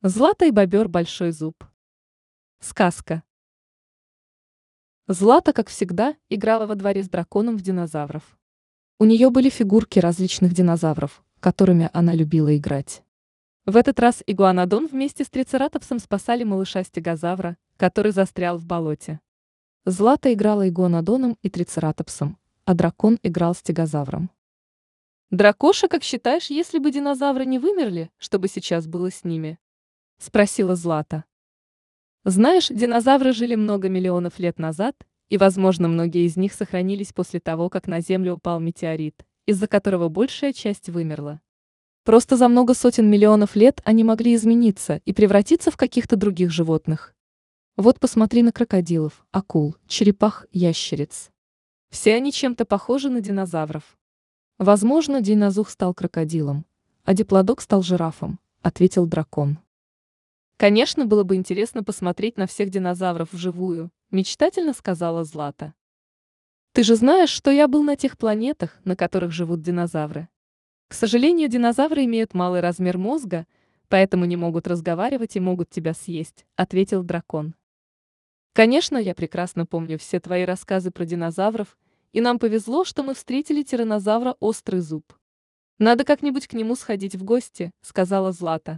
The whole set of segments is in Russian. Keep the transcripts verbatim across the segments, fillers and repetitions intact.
Злата и бобер большой зуб. Сказка. Злата, как всегда, играла во дворе с драконом в динозавров. У нее были фигурки различных динозавров, которыми она любила играть. В этот раз игуанодон вместе с трицератопсом спасали малыша стегозавра, который застрял в болоте. Злата играла игуанодоном и трицератопсом, а дракон играл стегозавром. «Дракоша, как считаешь, если бы динозавры не вымерли, что бы сейчас было с ними?» — спросила Злата. Знаешь, динозавры жили много миллионов лет назад, и, возможно, многие из них сохранились после того, как на Землю упал метеорит, из-за которого большая часть вымерла. Просто за много сотен миллионов лет они могли измениться и превратиться в каких-то других животных. Вот посмотри на крокодилов, акул, черепах, ящериц. Все они чем-то похожи на динозавров. Возможно, динозух стал крокодилом, а диплодок стал жирафом, ответил дракон. Конечно, было бы интересно посмотреть на всех динозавров вживую, мечтательно сказала Злата. Ты же знаешь, что я был на тех планетах, на которых живут динозавры. К сожалению, динозавры имеют малый размер мозга, поэтому не могут разговаривать и могут тебя съесть, ответил дракон. Конечно, я прекрасно помню все твои рассказы про динозавров, и нам повезло, что мы встретили тираннозавра Острый Зуб. Надо как-нибудь к нему сходить в гости, сказала Злата.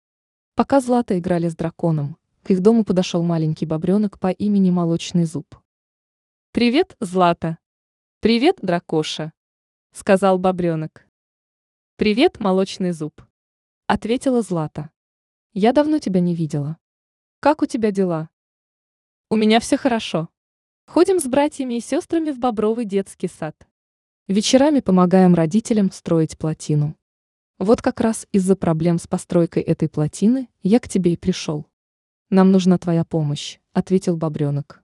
Пока Злата играли с драконом, к их дому подошел маленький бобренок по имени Молочный Зуб. «Привет, Злата!» «Привет, дракоша!» — сказал бобренок. «Привет, Молочный Зуб!» — ответила Злата. «Я давно тебя не видела. Как у тебя дела?» «У меня все хорошо. Ходим с братьями и сестрами в бобровый детский сад. Вечерами помогаем родителям строить плотину. Вот как раз из-за проблем с постройкой этой плотины я к тебе и пришел. Нам нужна твоя помощь», — ответил бобренок.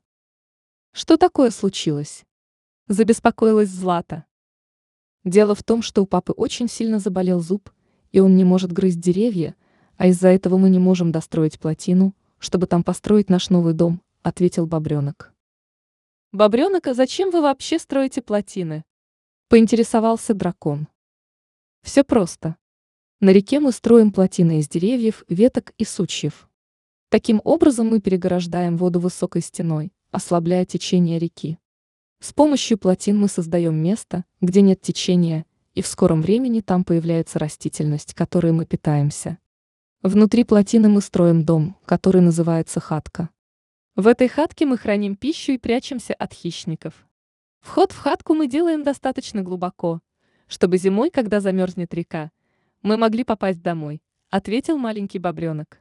«Что такое случилось?» — забеспокоилась Злата. «Дело в том, что у папы очень сильно заболел зуб, и он не может грызть деревья, а из-за этого мы не можем достроить плотину, чтобы там построить наш новый дом», — ответил бобренок. «Бобренок, а зачем вы вообще строите плотины?» — поинтересовался дракон. «Все просто. На реке мы строим плотины из деревьев, веток и сучьев. Таким образом мы переграждаем воду высокой стеной, ослабляя течение реки. С помощью плотин мы создаем место, где нет течения, и в скором времени там появляется растительность, которой мы питаемся. Внутри плотины мы строим дом, который называется хатка. В этой хатке мы храним пищу и прячемся от хищников. Вход в хатку мы делаем достаточно глубоко, чтобы зимой, когда замерзнет река, мы могли попасть домой», — ответил маленький бобренок.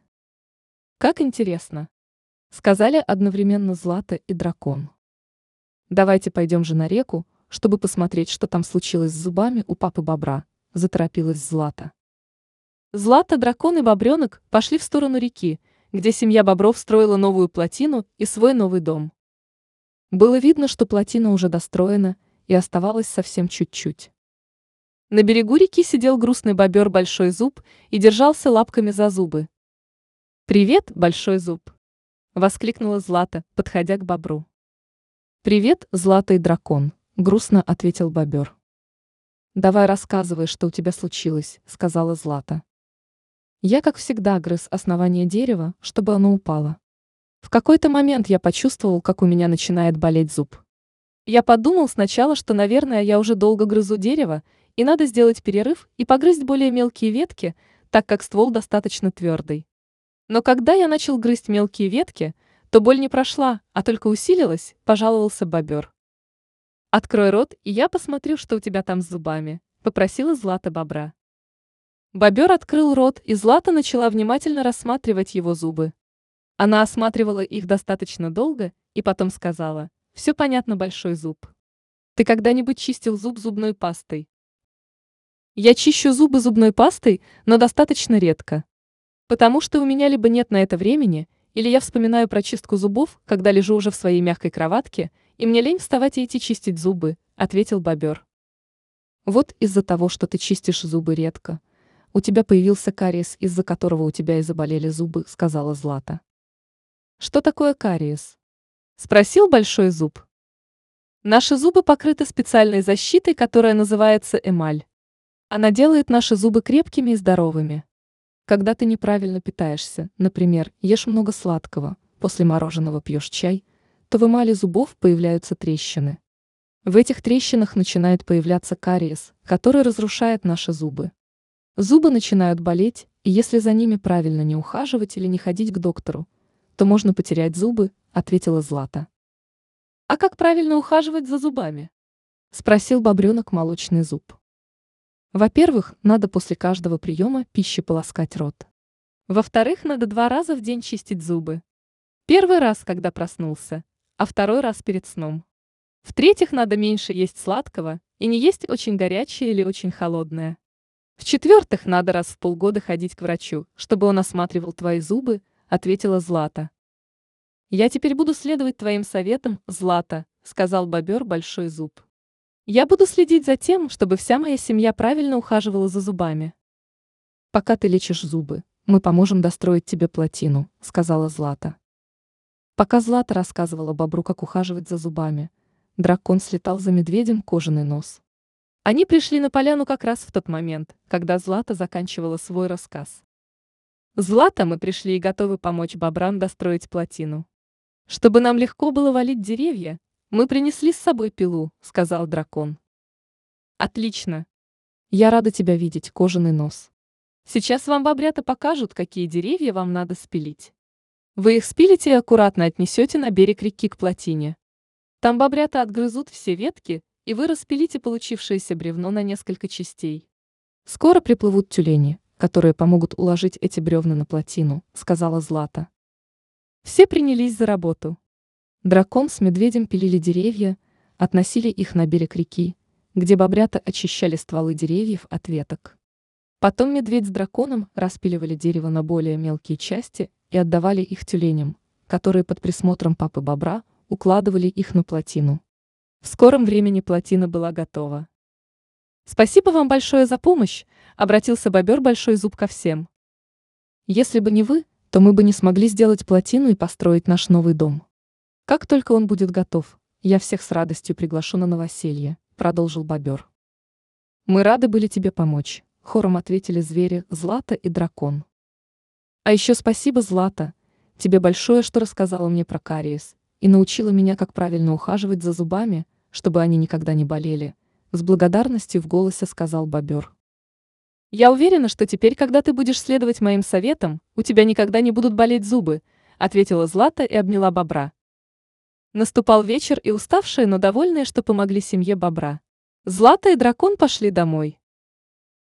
«Как интересно», — сказали одновременно Злата и дракон. «Давайте пойдем же на реку, чтобы посмотреть, что там случилось с зубами у папы бобра», — заторопилась Злата. Злата, дракон и бобренок пошли в сторону реки, где семья бобров строила новую плотину и свой новый дом. Было видно, что плотина уже достроена, и оставалось совсем чуть-чуть. На берегу реки сидел грустный бобер Большой Зуб и держался лапками за зубы. «Привет, Большой Зуб!» — воскликнула Злата, подходя к бобру. «Привет, Злата и дракон!» — грустно ответил бобер. «Давай рассказывай, что у тебя случилось», — сказала Злата. «Я, как всегда, грыз основание дерева, чтобы оно упало. В какой-то момент я почувствовал, как у меня начинает болеть зуб. Я подумал сначала, что, наверное, я уже долго грызу дерево, и надо сделать перерыв и погрызть более мелкие ветки, так как ствол достаточно твердый. Но когда я начал грызть мелкие ветки, то боль не прошла, а только усилилась», — пожаловался бобер. «Открой рот, и я посмотрю, что у тебя там с зубами», — попросила Злата бобра. Бобер открыл рот, и Злата начала внимательно рассматривать его зубы. Она осматривала их достаточно долго и потом сказала: «Все понятно, Большой Зуб. Ты когда-нибудь чистил зуб зубной пастой?» «Я чищу зубы зубной пастой, но достаточно редко. Потому что у меня либо нет на это времени, или я вспоминаю про чистку зубов, когда лежу уже в своей мягкой кроватке, и мне лень вставать и идти чистить зубы», — ответил бобер. «Вот из-за того, что ты чистишь зубы редко, у тебя появился кариес, из-за которого у тебя и заболели зубы», — сказала Злата. «Что такое кариес?» — спросил Большой Зуб. «Наши зубы покрыты специальной защитой, которая называется эмаль. Она делает наши зубы крепкими и здоровыми. Когда ты неправильно питаешься, например, ешь много сладкого, после мороженого пьешь чай, то в эмали зубов появляются трещины. В этих трещинах начинает появляться кариес, который разрушает наши зубы. Зубы начинают болеть, и если за ними правильно не ухаживать или не ходить к доктору, то можно потерять зубы, ответила Злата. А как правильно ухаживать за зубами? Спросил бобренок молочный зуб. Во-первых, надо после каждого приема пищи полоскать рот. Во-вторых, надо два раза в день чистить зубы. Первый раз, когда проснулся, а второй раз перед сном. В-третьих, надо меньше есть сладкого и не есть очень горячее или очень холодное. В-четвертых, надо раз в полгода ходить к врачу, чтобы он осматривал твои зубы, ответила Злата. Я теперь буду следовать твоим советам, Злата, сказал бобер большой зуб. Я буду следить за тем, чтобы вся моя семья правильно ухаживала за зубами. Пока ты лечишь зубы, мы поможем достроить тебе плотину, сказала Злата. Пока Злата рассказывала бобру, как ухаживать за зубами, дракон слетал за медведем кожаный нос. Они пришли на поляну как раз в тот момент, когда Злата заканчивала свой рассказ. Злата, мы пришли и готовы помочь бобрам достроить плотину. Чтобы нам легко было валить деревья, мы принесли с собой пилу, сказал дракон. Отлично. Я рада тебя видеть, кожаный нос. Сейчас вам бобрята покажут, какие деревья вам надо спилить. Вы их спилите и аккуратно отнесете на берег реки к плотине. Там бобрята отгрызут все ветки, и вы распилите получившееся бревно на несколько частей. Скоро приплывут тюлени, которые помогут уложить эти бревна на плотину, сказала Злата. Все принялись за работу. Дракон с медведем пилили деревья, относили их на берег реки, где бобрята очищали стволы деревьев от веток. Потом медведь с драконом распиливали дерево на более мелкие части и отдавали их тюленям, которые под присмотром папы бобра укладывали их на плотину. В скором времени плотина была готова. «Спасибо вам большое за помощь», — обратился бобер большой зуб ко всем. «Если бы не вы, то мы бы не смогли сделать плотину и построить наш новый дом. Как только он будет готов, я всех с радостью приглашу на новоселье», — продолжил бобер. «Мы рады были тебе помочь», — хором ответили звери Злата и дракон. «А еще спасибо, Злата, тебе большое, что рассказала мне про кариес и научила меня, как правильно ухаживать за зубами, чтобы они никогда не болели», — с благодарностью в голосе сказал бобер. «Я уверена, что теперь, когда ты будешь следовать моим советам, у тебя никогда не будут болеть зубы», — ответила Злата и обняла бобра. Наступал вечер, и уставшие, но довольные, что помогли семье бобра, Злата и дракон пошли домой.